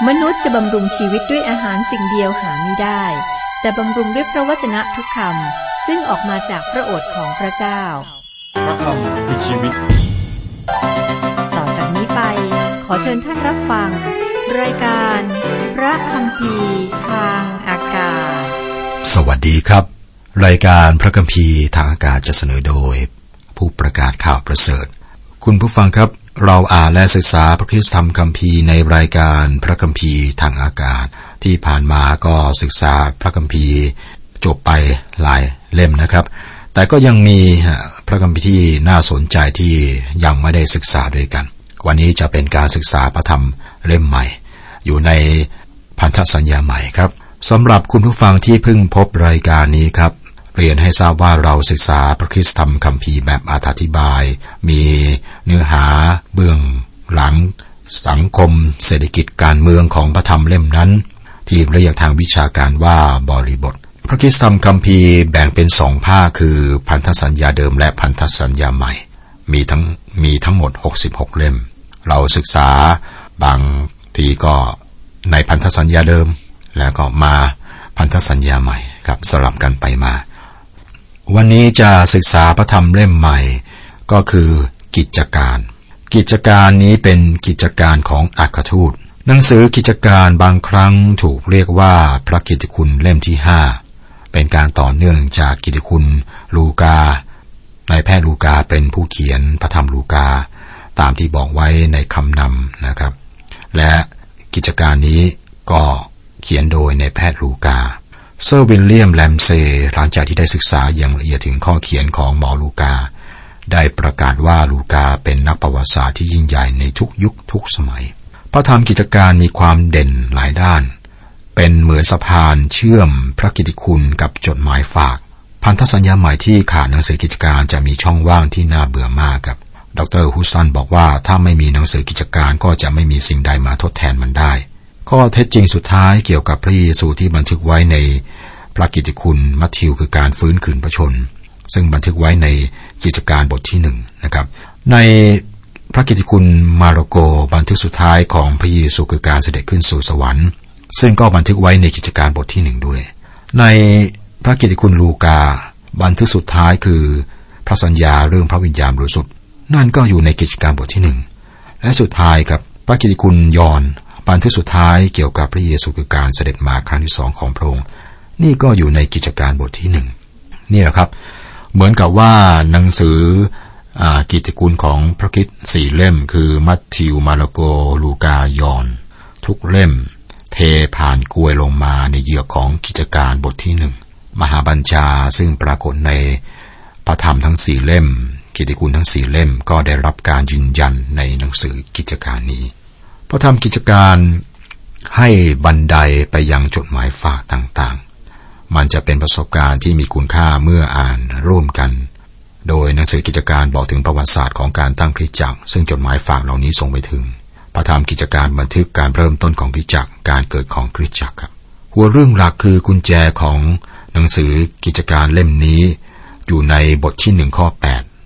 มนุษย์จะบำรุงชีวิตด้วยอาหารสิ่งเดียวหาไม่ได้แต่บำรุงด้วยพระวจนะทุกคำซึ่งออกมาจากพระโอษฐ์ของพระเจ้าพระคำคือชีวิตต่อจากนี้ไปขอเชิญท่านรับฟังรายการพระคัมภีร์ทางอากาศสวัสดีครับรายการพระคัมภีร์ทางอากาศจะเสนอโดยผู้ประกาศข่าวประเสริฐคุณผู้ฟังครับเราอ่านและศึกษาพระคริสตธรรมคัมภีร์ในรายการพระคัมภีร์ทางอากาศที่ผ่านมาก็ศึกษาพระคัมภีร์จบไปหลายเล่มนะครับแต่ก็ยังมีพระคัมภีร์ที่น่าสนใจที่ยังไม่ได้ศึกษาด้วยกันวันนี้จะเป็นการศึกษาพระธรรมเล่มใหม่อยู่ในพันธสัญญาใหม่ครับสำหรับคุณผู้ฟังที่เพิ่งพบรายการนี้ครับเรียนให้ทราบว่าเราศึกษาพระคริสตธรรมคัมภีร์แบบอธิบายมีเนื้อหาเบื้องหลังสังคมเศรษฐกิจการเมืองของพระธรรมเล่มนั้นที่เรียกทางวิชาการว่าบริบทพระคริสตธรรมคัมภีร์แบ่งเป็น2ภาคคือพันธสัญญาเดิมและพันธสัญญาใหม่มีทั้งหมด66เล่มเราศึกษาบางทีก็ในพันธสัญญาเดิมแล้วก็มาพันธสัญญาใหม่ครับสลับกันไปมาวันนี้จะศึกษาพระธรรมเล่มใหม่ก็คือกิจการนี้เป็นกิจการของอัครทูตหนังสือกิจการบางครั้งถูกเรียกว่าพระกิตติคุณเล่มที่5เป็นการต่อเนื่องจากกิตติคุณลูกานายแพทย์ลูกาเป็นผู้เขียนพระธรรมลูกาตามที่บอกไว้ในคำนำนะครับและกิจการนี้ก็เขียนโดยนายแพทย์ลูกาเซอร์วิลเลียมแลมเซย์หลังจากที่ได้ศึกษาอย่างละเอียดถึงข้อเขียนของหมอลูกาได้ประกาศว่าลูกาเป็นนักประวัติศาสตร์ที่ยิ่งใหญ่ในทุกยุคทุกสมัยพระธรรมกิจการมีความเด่นหลายด้านเป็นเหมือนสะพานเชื่อมพระกิตติคุณกับจดหมายฝากพันธสัญญาใหม่ที่ขาดหนังสือกิจการจะมีช่องว่างที่น่าเบื่อมากครับดร.ฮุสซันบอกว่าถ้าไม่มีหนังสือกิจการก็จะไม่มีสิ่งใดมาทดแทนมันได้ข้อเท็จจริงสุดท้ายเกี่ยวกับพระเยซูที่บันทึกไว้ในพระกิตติคุณมัทธิวคือการฟื้นคืนพระชนซึ่งบันทึกไว้ในกิจการบทที่1นะครับในพระกิตติคุณมาระโกบันทึกสุดท้ายของพระเยซูคือการเสด็จขึ้นสู่สวรรค์ซึ่งก็บันทึกไว้ในกิจการบทที่1ด้วยในพระกิตติคุณลูกาบันทึกสุดท้ายคือพระสัญญาเรื่องพระวิญญาณบริสุทธิ์นั่นก็อยู่ในกิจการบทที่1และสุดท้ายครับพระกิตติคุณยอห์นบันทึกสุดท้ายเกี่ยวกับพระเยซูคือการเสด็จมาครั้งที่2ของพระองค์นี่ก็อยู่ในกิจการบทที่1นี่แหละครับเหมือนกับว่าหนังสือกิตติคุณของพระคริสต์4เล่มคือมัทธิวมาระโกลูกายอห์นทุกเล่มเทผ่านกลวยลงมาในเหยือกของกิจการบทที่1มหาบัญชาซึ่งปรากฏในพระธรรมทั้ง4เล่มกิตติคุณทั้ง4เล่มก็ได้รับการยืนยันในหนังสือกิจการนี้พระธรรมกิจการให้บันไดไปยังจดหมายฝากต่างๆมันจะเป็นประสบการณ์ที่มีคุณค่าเมื่ออ่านร่วมกันโดยหนังสือกิจการบอกถึงประวัติศาสตร์ของการตั้งคริสตจักรซึ่งจดหมายฝากเหล่านี้ส่งไปถึงพระธรรมกิจการบันทึกการเริ่มต้นของคริสตจักรการเกิดของคริสตจักรครับหัวเรื่องหลักคือกุญแจของหนังสือกิจการเล่มนี้อยู่ในบทที่1ข้อ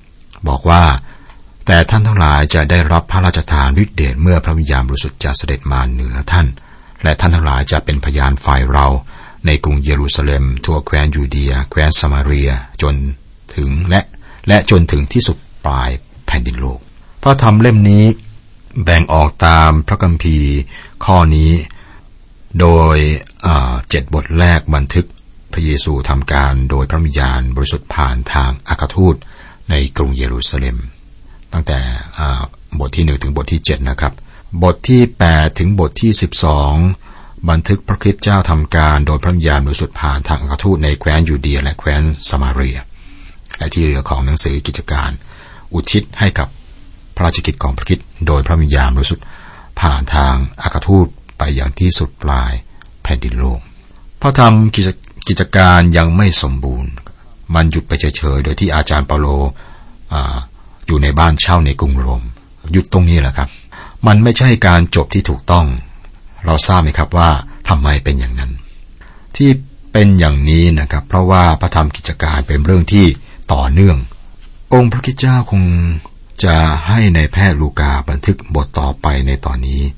8บอกว่าแต่ท่านทั้งหลายจะได้รับพระราชทานฤทธิ์เดชเมื่อพระวิญญาณบริสุทธิ์จะเสด็จมาเหนือท่านและท่านทั้งหลายจะเป็นพยานฝ่ายเราในกรุงเยรูซาเล็มทั่วแคว้นยูเดียแคว้นสมาเรียจนถึงและจนถึงที่สุดปลายแผ่นดินโลกพระธรรมเล่มนี้แบ่งออกตามพระคัมภีร์ข้อนี้โดย7บทแรกบันทึกพระเยซูทำการโดยพระวิญญาณบริสุทธิ์ผ่านทางอัครทูตในกรุงเยรูซาเล็มตั้งแต่บทที่1ถึงบทที่7นะครับบทที่8ถึงบทที่12บันทึกพระคริสต์เจ้าทำการโดยพระวิญญาณบริสุทธิ์ผ่านทางอัครทูตในแคว้นยูเดียและแคว้นสมาเรียและที่เหลือของหนังสือกิจการอุทิศให้กับพระราชกิจของพระคริสต์โดยพระวิญญาณบริสุทธิ์ผ่านทางอัครทูตไปอย่างที่สุดปลายแผ่นดินโลกพระธรรมกิจการยังไม่สมบูรณ์มันหยุดไปเฉยๆโดยที่อาจารย์เปาโลอยู่ในบ้านเช่าในกรุงโรมหยุดตรงนี้แหละครับมันไม่ใช่การจบที่ถูกต้องเราทราบไหมครับว่าทำไมเป็นอย่างนั้นที่เป็นอย่างนี้นะครับเพราะว่าพระธรรมกิจการเป็นเรื่องที่ต่อเนื่ององค์พระคริสต์เจ้าคงจะให้ในายแพทย์ลูกาบันทึกบทต่อไปในตอนนี้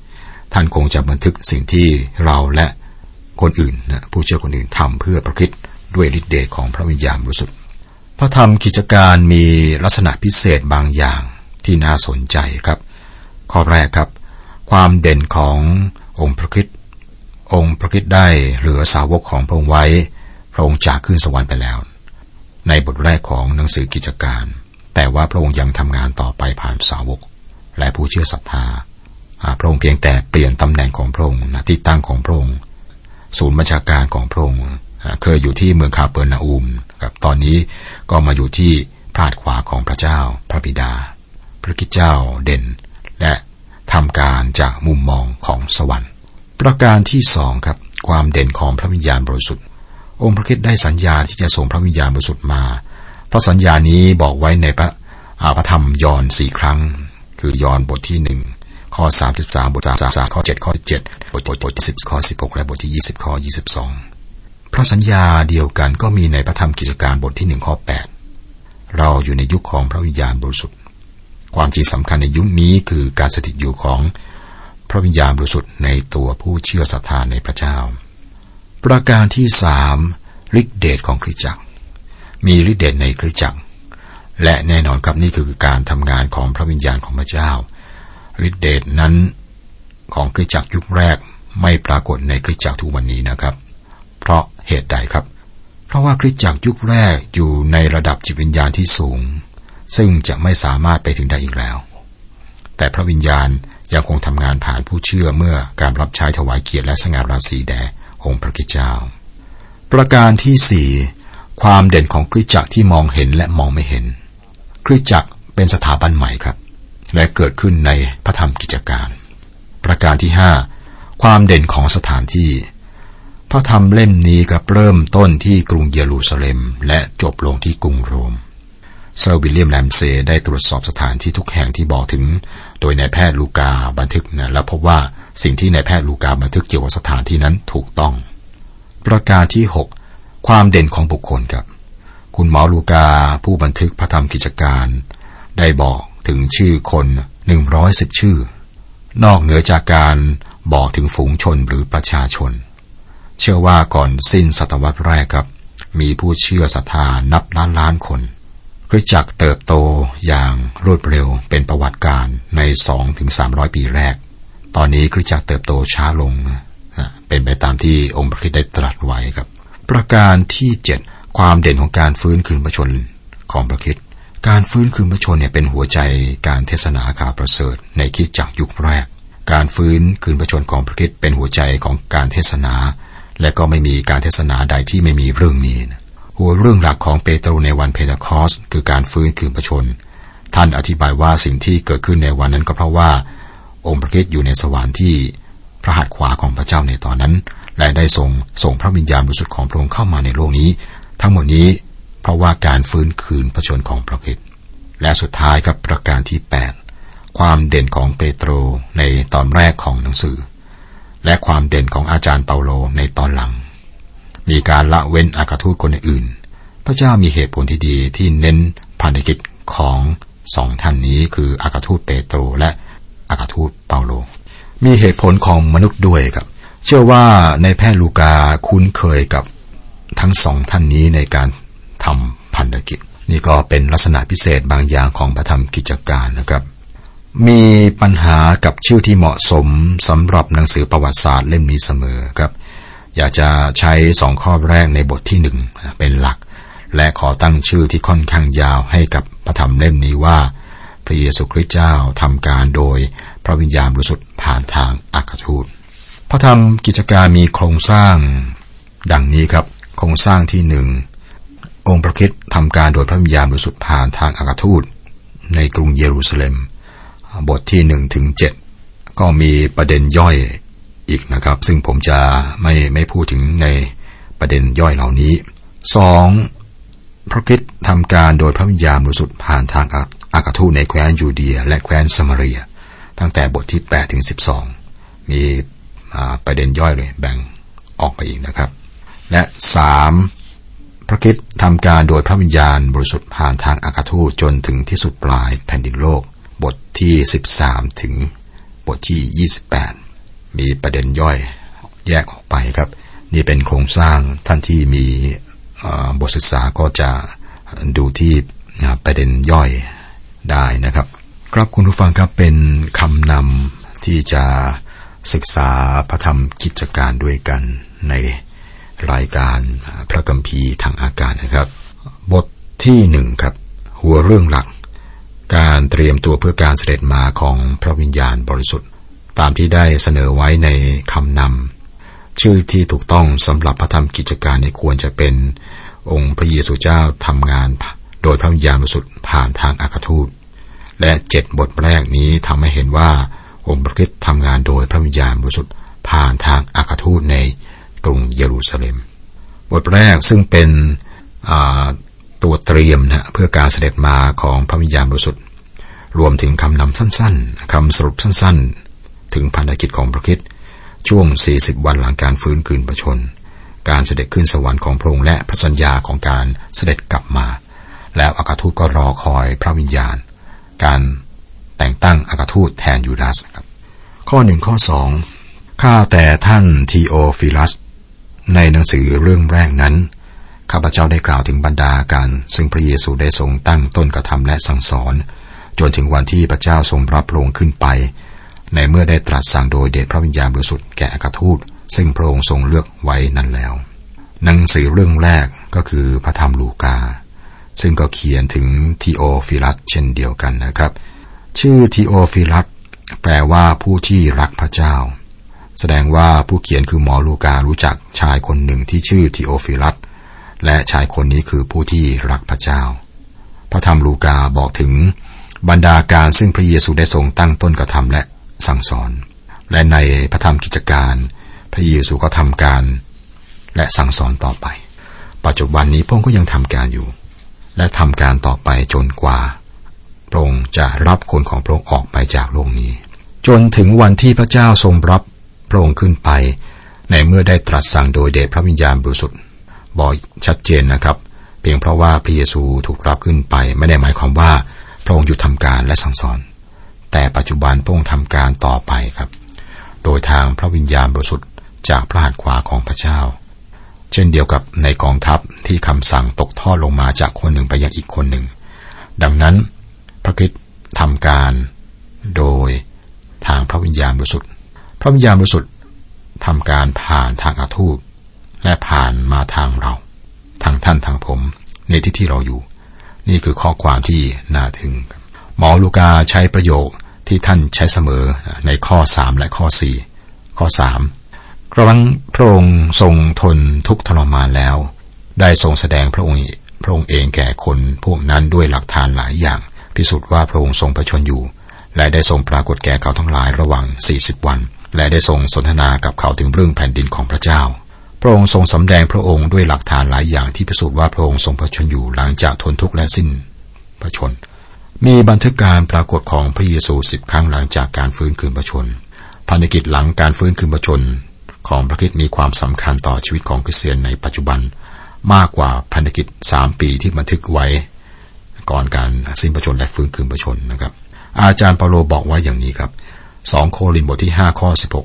ท่านคงจะบันทึกสิ่งที่เราและคนอื่นนะผู้เชื่อคนอื่นทำเพื่อพระคริสต์ด้วยฤทธิเดชของพระวิญญาณบริสุทธิ์พระธรรมกิจการมีลักษณะพิเศษบางอย่างที่น่าสนใจครับข้อแรกครับความเด่นขององค์พระคริสต์ได้เหลือสาวกของพระองค์ไว้พระองค์จากขึ้นสวรรค์ไปแล้วในบทแรกของหนังสือกิจการแต่ว่าพระองค์ยังทำงานต่อไปผ่านสาวกและผู้เชื่อศรัทธาพระองค์เพียงแต่เปลี่ยนตำแหน่งของพระองค์ที่ตั้งของพระองค์ศูนย์บัญชาการของพระองค์เคยอยู่ที่เมืองคาเปอร์นาอูมครับตอนนี้ก็มาอยู่ที่พระหัตถ์ขวาของพระเจ้าพระบิดาพระคริสต์เจ้าเด่นและทำการจากมุมมองของสวรรค์ประการที่สองครับความเด่นของพระวิญญาณบริสุทธิ์องค์พระคริสต์ได้สัญญาที่จะส่งพระวิญญาณบริสุทธิ์มาเพราะสัญญานี้บอกไว้ในพระธรรมยอห์น4 ครั้งคือยอห์นบทที่1ข้อ33บท33ข้อ7ข้อ7บท10ข้อ16และบทที่20ข้อ22พระสัญญาเดียวกันก็มีในพระธรรมกิจการบทที่1ข้อ8เราอยู่ในยุคของพระวิญญาณบริสุทธิ์ความจริงสำคัญในยุคนี้คือการสถิตอยู่ของพระวิญญาณบริสุทธิ์ในตัวผู้เชื่อศรัทธาในพระเจ้าประการที่3ฤทธิเดชของคริสตจักรมีฤทธิเดชในคริสตจักรและแน่นอนครับนี่คือการทำงานของพระวิญญาณของพระเจ้าฤทธิเดชนั้นของคริสตจักรยุคแรกไม่ปรากฏในคริสตจักรทุกวันนี้นะครับเพราะเหตุใดครับเพราะว่าคริสตจักรยุคแรกอยู่ในระดับจิตวิญญาณที่สูงซึ่งจะไม่สามารถไปถึงได้อีกแล้วแต่พระวิญญาณยังคงทำงานผ่านผู้เชื่อเมื่อการรับใช้ถวายเกียรติและสง่าราศีแด่องค์พระคริสต์เจ้าประการที่4ความเด่นของคริสตจักรที่มองเห็นและมองไม่เห็นคริสตจักรเป็นสถาบันใหม่ครับและเกิดขึ้นในพระธรรมกิจการประการที่5ความเด่นของสถานที่พระธรรมเล่มนี้ครับเริ่มต้นที่กรุงเยรูซาเล็มและจบลงที่กรุงโรมเซอร์วิลเลียมแรมเซย์ได้ตรวจสอบสถานที่ทุกแห่งที่บอกถึงโดยนายแพทย์ลูกาบันทึกและพบว่าสิ่งที่นายแพทย์ลูกาบันทึกเกี่ยวกับสถานที่นั้นถูกต้องประการที่6ความเด่นของบุคคลครับคุณหมอลูกาผู้บันทึกพระธรรมกิจการได้บอกถึงชื่อคน110ชื่อนอกเหนือจากการบอกถึงฝูงชนหรือประชาชนเชื่อว่าก่อนสิ้นศตวรรษแรกครับมีผู้เชื่อศรัทธานับล้านคนคริสตจักรเติบโตอย่างรวดเร็วเป็นประวัติการใน 2-300 ปีแรกตอนนี้คริสตจักรเติบโตช้าลงเป็นไปตามที่องค์พระคริสต์ได้ตรัสไว้ครับประการที่7ความเด่นของการฟื้นคืนพระชนของพระคริสต์การฟื้นคืนพระชนเป็นหัวใจการเทศนาข่าวประเสริฐในคริสตจักรยุคแรกการฟื้นคืนพระชนของพระคริสต์เป็นหัวใจของการเทศนาและก็ไม่มีการเทศนาใดที่ไม่มีเรื่องนี้หัวเรื่องหลักของเปโตรในวันเพนทคอสคือการฟื้นคืนพระชนท่านอธิบายว่าสิ่งที่เกิดขึ้นในวันนั้นก็เพราะว่าองค์พระคริสต์อยู่ในสวรรค์ที่พระหัตถ์ขวาของพระเจ้าในตอนนั้นและได้ส่งพระวิญญาณบริสุทธิ์ของพระองค์เข้ามาในโลกนี้ทั้งหมดนี้เพราะว่าการฟื้นคืนพระชนของพระคริสต์และสุดท้ายครับประการที่8ความเด่นของเปโตรในตอนแรกของหนังสือและความเด่นของอาจารย์เปาโลในตอนหลังมีการละเว้นอัครทูตคนอื่นพระเจ้ามีเหตุผลที่ดีที่เน้นพันธกิจของ2ท่านนี้คืออัครทูตเปโตรและอัครทูตเปาโลมีเหตุผลของมนุษย์ด้วยครับเชื่อว่าในแพทย์ลูกาคุ้นเคยกับทั้ง2ท่านนี้ในการทำพันธกิจนี่ก็เป็นลักษณะพิเศษบางอย่างของพระธรรมกิจการนะครับมีปัญหากับชื่อที่เหมาะสมสำหรับหนังสือประวัติศาสตร์เล่มนี้เสมอครับอยากจะใช้2ข้อแรกในบทที่1เป็นหลักและขอตั้งชื่อที่ค่อนข้างยาวให้กับพระธรรมเล่มนี้ว่าพระเยซูคริสต์เจ้าทำการโดยพระวิญญาณบริสุทธิ์ผ่านทางอัครทูตพระธรรมกิจการมีโครงสร้างดังนี้ครับโครงสร้างที่1องค์พระคริสต์ทำการโดยพระวิญญาณบริสุทธิ์ผ่านทางอัครทูตในกรุงเยรูซาเล็มบทที่1-7ก็มีประเด็นย่อยอีกนะครับซึ่งผมจะไม่พูดถึงในประเด็นย่อยเหล่านี้2พระคริสต์ทำการโดยพระวิญญาณบริสุทธิ์ผ่านทางอัครทูตในแคว้นยูเดียและแคว้นสมาเรียตั้งแต่บทที่8-12มีประเด็นย่อยเลยแบ่งออกไปอีกนะครับและ3พระคริสต์ทำการโดยพระวิญญาณบริสุทธิ์ผ่านทางอัครทูตจนถึงที่สุดปลายแผ่นดินโลกบทที่13ถึงบทที่28 มีประเด็นย่อยแยกออกไปครับนี่เป็นโครงสร้างท่านที่มีบทศึกษาก็จะดูที่ประเด็นย่อยได้นะครับครับคุณผู้ฟังครับเป็นคำนำที่จะศึกษาพระธรรมกิจการด้วยกันในรายการพระคัมภีร์ทางอากาศนะครับบทที่1ครับหัวเรื่องหลักการเตรียมตัวเพื่อการเสด็จมาของพระวิญญาณบริสุทธิ์ตามที่ได้เสนอไว้ในคำนำชื่อที่ถูกต้องสำหรับพระธรรมกิจการนี้ควรจะเป็นองค์พระเยซูเจ้าทำงานโดยพระวิญญาณบริสุทธิ์ผ่านทางอัครทูตและ7บทแรกนี้ทำให้เห็นว่าองค์พระคริสต์ทำงานโดยพระวิญญาณบริสุทธิ์ผ่านทางอัครทูตในกรุงเยรูซาเล็มบทแรกซึ่งเป็นตัวเตรียมนะเพื่อการเสด็จมาของพระวิญญาณบริสุทธิ์รวมถึงคำนำสั้นๆคำสรุปสั้นๆถึงพันธกิจของพระคริสต์ช่วง40วันหลังการฟื้นคืนพระชนการเสด็จขึ้นสวรรค์ของพระองค์และพระสัญญาของการเสด็จกลับมาแล้วอัครทูตก็รอคอยพระวิญญาณการแต่งตั้งอัครทูตแทนยูดาสครับข้อ1ข้อ2ข้าแต่ท่านทีโอฟิลัสในหนังสือเรื่องแรกนั้นข้าพเจ้าได้กล่าวถึงบรรดาการซึ่งพระเยซูได้ทรงตั้งต้นกระทำและสั่งสอนจนถึงวันที่พระเจ้าทรงรับพระองค์ขึ้นไปในเมื่อได้ตรัสสั่งโดยเดชพระวิญญาณบริสุทธิ์แก่อัครทูตซึ่งพระองค์ทรงเลือกไว้นั้นแล้วหนังสือเรื่องแรกก็คือพระธรรมลูกาซึ่งก็เขียนถึงทีโอฟิลัสเช่นเดียวกันนะครับชื่อทีโอฟิลัสแปลว่าผู้ที่รักพระเจ้าแสดงว่าผู้เขียนคือหมอลูการู้จักชายคนหนึ่งที่ชื่อทีโอฟิลัสและชายคนนี้คือผู้ที่รักพระเจ้าพระธรรมลูกาบอกถึงบรรดาการซึ่งพระเยซูได้ทรงตั้งต้นกระทำและสั่งสอนและในพระธรรมกิจการพระเยซูก็ทำการและสั่งสอนต่อไปปัจจุบันนี้พระองค์ก็ยังทำการอยู่และทำการต่อไปจนกว่าพระองค์จะรับคนของพระองค์ออกไปจากโลกนี้จนถึงวันที่พระเจ้าทรงรับพระองค์ขึ้นไปในเมื่อได้ตรัสสั่งโดยเดชพระวิญญาณบริสุทธิ์บอกชัดเจนนะครับเพียงเพราะว่าพระเยซูถูกรับขึ้นไปไม่ได้หมายความว่าพระองค์หยุดทำการและสั่งสอนแต่ปัจจุบันพระองค์ทำการต่อไปครับโดยทางพระวิญญาณบริสุทธิ์จากพระหัตถ์ขวาของพระเจ้าเช่นเดียวกับในกองทัพที่คำสั่งตกทอดลงมาจากคนหนึ่งไปยังอีกคนหนึ่งดังนั้นพระคริสต์ทำการโดยทางพระวิญญาณบริสุทธิ์พระวิญญาณบริสุทธิ์ทำการผ่านทางอัครทูตและผ่านมาทางเราทางท่านทางผมในที่เราอยู่นี่คือข้อความที่น่าทึ่งหมอลูกาใช้ประโยคที่ท่านใช้เสมอในข้อ3และข้อ4ข้อ3ครั้งพระองค์ทรงทนทุกข์ทรมานแล้วได้ทรงแสดงพระองค์เองแก่คนพวกนั้นด้วยหลักฐานหลายอย่างพิสูจน์ว่าพระองค์ทรงพระชนอยู่และได้ทรงปรากฏแก่เขาทั้งหลายระหว่าง40วันและได้ทรงสนทนากับเขาถึงเรื่องแผ่นดินของพระเจ้าพระองค์ทรงสำแดงพระองค์ด้วยหลักฐานหลายอย่างที่พิสูจน์ว่าพระองค์ทรงพระชนอยู่หลังจากทนทุกข์และสิ้นพระชนมีบันทึกการปรากฏของพระเยซู10 ครั้งหลังจากการฟื้นคืนพระชนพันธกิจหลังการฟื้นคืนพระชนของพระคริสต์มีความสำคัญต่อชีวิตของคริสเตียนในปัจจุบันมากกว่าพันธกิจ3 ปีที่บันทึกไว้ก่อนการสิ้นพระชนและฟื้นคืนพระชนนะครับอาจารย์เปาโลบอกไว้อย่างนี้ครับ2 โครินธ์บทที่5ข้อ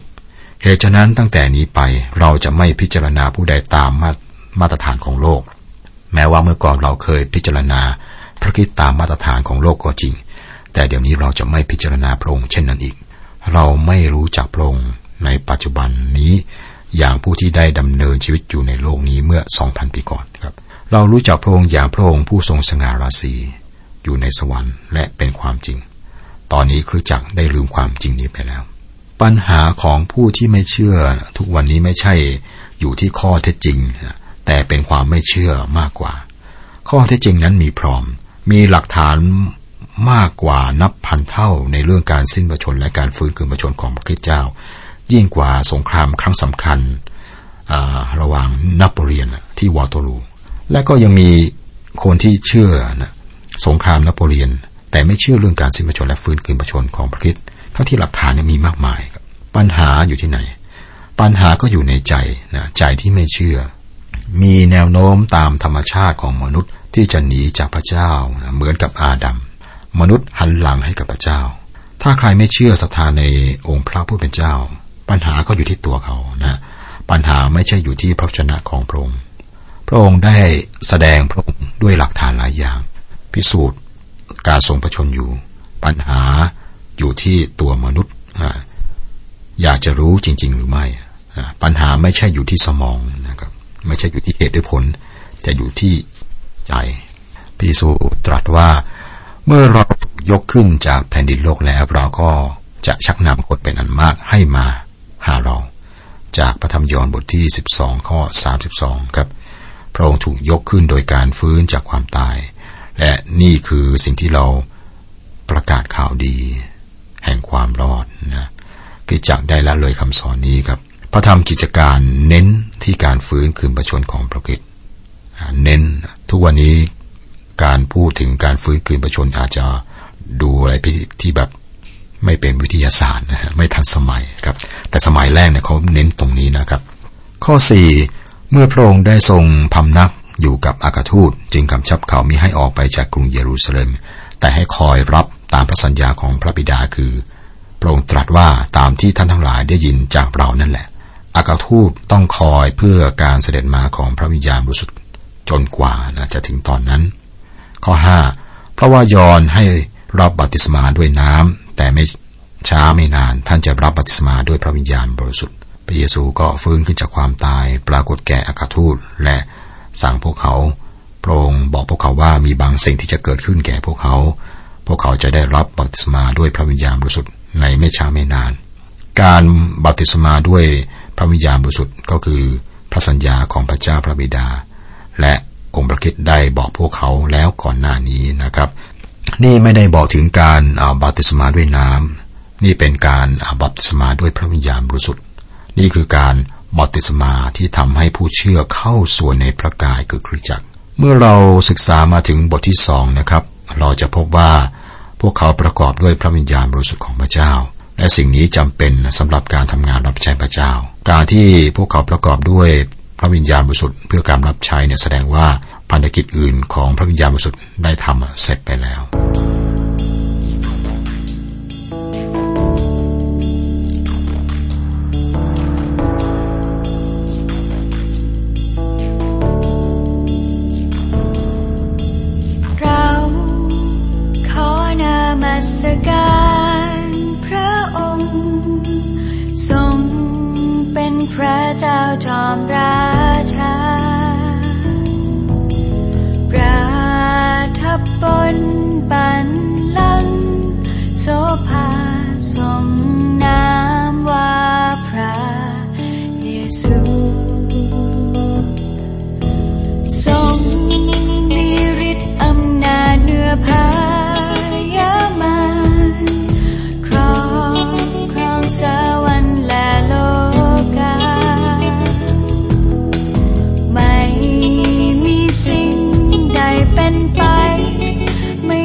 16เหตุฉะนั้นตั้งแต่นี้ไปเราจะไม่พิจารณาผู้ใดตามมาตรฐานของโลกแม้ว่าเมื่อก่อนเราเคยพิจารณาพระคริสต์ตามมาตรฐานของโลกก็จริงแต่เดี๋ยวนี้เราจะไม่พิจารณาพระองค์เช่นนั้นอีกเราไม่รู้จักพระองค์ในปัจจุบันนี้อย่างผู้ที่ได้ดำเนินชีวิตอยู่ในโลกนี้เมื่อ 2,000 ปีก่อนครับเรารู้จักพระองค์อย่างพระองค์ผู้ทรงสง่าราศีอยู่ในสวรรค์และเป็นความจริงตอนนี้คริสตจักรได้ลืมความจริงนี้ไปแล้วปัญหาของผู้ที่ไม่เชื่อทุกวันนี้ไม่ใช่อยู่ที่ข้อเท็จจริงแต่เป็นความไม่เชื่อมากกว่าข้อเท็จจริงนั้นมีพร้อมมีหลักฐานมากกว่านับพันเท่าในเรื่องการสิ้นพระชนและการฟื้นคืนพระชนของพระคริสต์เจ้ายิ่งกว่าสงครามครั้งสำคัญระหว่างนโปเลียนที่วอเตอรูและก็ยังมีคนที่เชื่อสงครามนโปเลียนแต่ไม่เชื่อเรื่องการสิ้นพระชนและฟื้นคืนพระชนของพระคริสต์ทั้งที่หลักฐานมีมากมายปัญหาอยู่ที่ไหนปัญหาก็อยู่ในใจใจที่ไม่เชื่อมีแนวโน้มตามธรรมชาติของมนุษย์ที่จะหนีจากพระเจ้าเหมือนกับอาดัมมนุษย์หันหลังให้กับพระเจ้าถ้าใครไม่เชื่อศรัทธาในองค์พระผู้เป็นเจ้าปัญหาก็อยู่ที่ตัวเขานะปัญหาไม่ใช่อยู่ที่พระวจนะของพระองค์พระองค์ได้แสดงพระองค์ด้วยหลักฐานหลายอย่างพิสูจน์การทรงพระชนอยู่ปัญหาอยู่ที่ตัวมนุษย์อยากจะรู้จริงๆหรือไม่ปัญหาไม่ใช่อยู่ที่สมองนะครับไม่ใช่อยู่ที่เหตุด้วยผลแต่อยู่ที่ใจพระเยซูตรัสว่าเมื่อเรายกขึ้นจากแผ่นดินโลกแล้วเราก็จะชักนำคนเป็นอันมากให้มาหาเราจากพระธรรมยอห์นบทที่12ข้อ32ครับพระองค์ถูกยกขึ้นโดยการฟื้นจากความตายและนี่คือสิ่งที่เราประกาศข่าวดีแห่งความรอดนะคริสตจักรได้ละเลยคำสอนนี้ครับพระธรรมกิจการเน้นที่การฟื้นคืนพระชนของพระคริสต์เน้นทุกวันนี้การพูดถึงการฟื้นคืนพระชนอาจจะดูอะไรที่แบบไม่เป็นวิทยาศาสตร์นะฮะไม่ทันสมัยครับแต่สมัยแรกเนี่ยเขาเน้นตรงนี้นะครับข้อ4เมื่อพระองค์ได้ทรงพำนักอยู่กับอัครทูตจึงกำชับเขามิให้ออกไปจากกรุงเยรูซาเล็มแต่ให้คอยรับตามพระสัญญาของพระบิดาคือพระองค์ตรัสว่าตามที่ท่านทั้งหลายได้ยินจากเรานั่นแหละอัครทูตต้องคอยเพื่อการเสด็จมาของพระวิญญาณบริสุทธิ์จนกว่าจะถึงตอนนั้นข้อ5เพราะว่ายอห์นให้รับบัพติศมาด้วยน้ำแต่ไม่ช้าไม่นานท่านจะรับบัพติศมาด้วยพระวิญญาณบริสุทธิ์พระเยซูก็ฟื้นขึ้นจากความตายปรากฏแก่อัครทูตและสั่งพวกเขาพระองค์บอกพวกเขาว่ามีบางสิ่งที่จะเกิดขึ้นแก่พวกเขาจะได้รับบัพติศมาด้วยพระวิญญาณบริสุทธิ์ในไม่ช้าไม่นานการบัพติศมาด้วยพระวิญญาณบริสุทธิ์ก็คือพระสัญญาของพระเจ้าพระบิดาและองค์พระคริสต์ได้บอกพวกเขาแล้วก่อนหน้านี้นะครับนี่ไม่ได้บอกถึงการบัพติศมาด้วยน้ำนี่เป็นการบัพติศมาด้วยพระวิญญาณบริสุทธิ์นี่คือการบัพติศมาที่ทำให้ผู้เชื่อเข้าส่วนในพระกายคือคริสตจักรเมื่อเราศึกษามาถึงบทที่2นะครับเราจะพบว่าพวกเขาประกอบด้วยพระวิญญาณบริสุทธิ์ของพระเจ้าและสิ่งนี้จำเป็นสำหรับการทำงานรับใช้พระเจ้าการที่พวกเขาประกอบด้วยพระวิญญาณบริสุทธิ์เพื่อการรับใช้เนี่ยแสดงว่าภารกิจอื่นของพระวิญญาณบริสุทธิ์ได้ทำเสร็จไปแล้วเราขอนมัสการพระองค์ทรงเป็นพระเจ้าจอมราชาประทับบนบัลลังก์โสภาทรงนามว่าพระเยซูทรงมีฤทธิ์อำนาจเหนือพยามารครองสวรรค์และโลกาไม่มีสิ่งใดเป็นไปไม่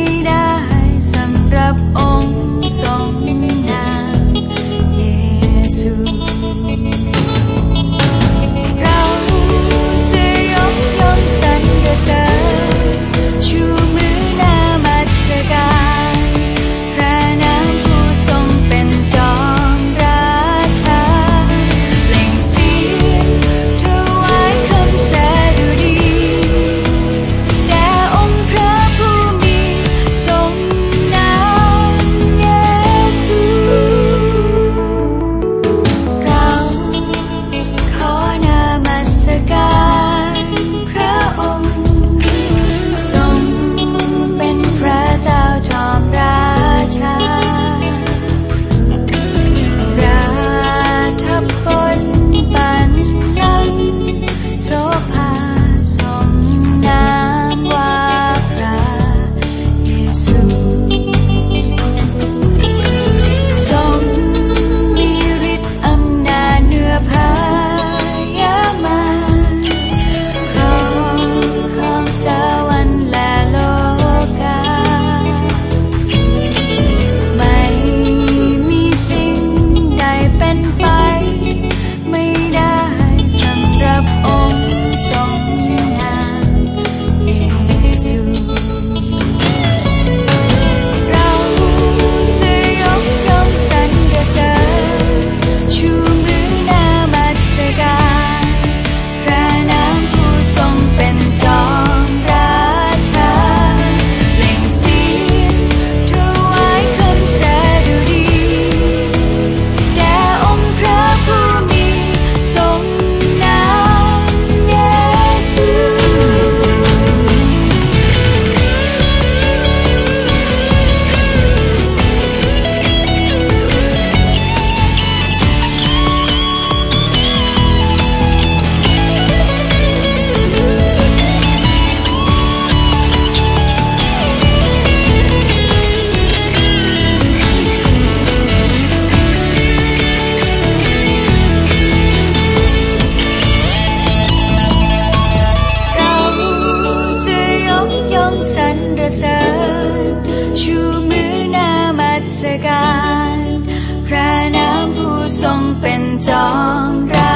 เป็นจอมรา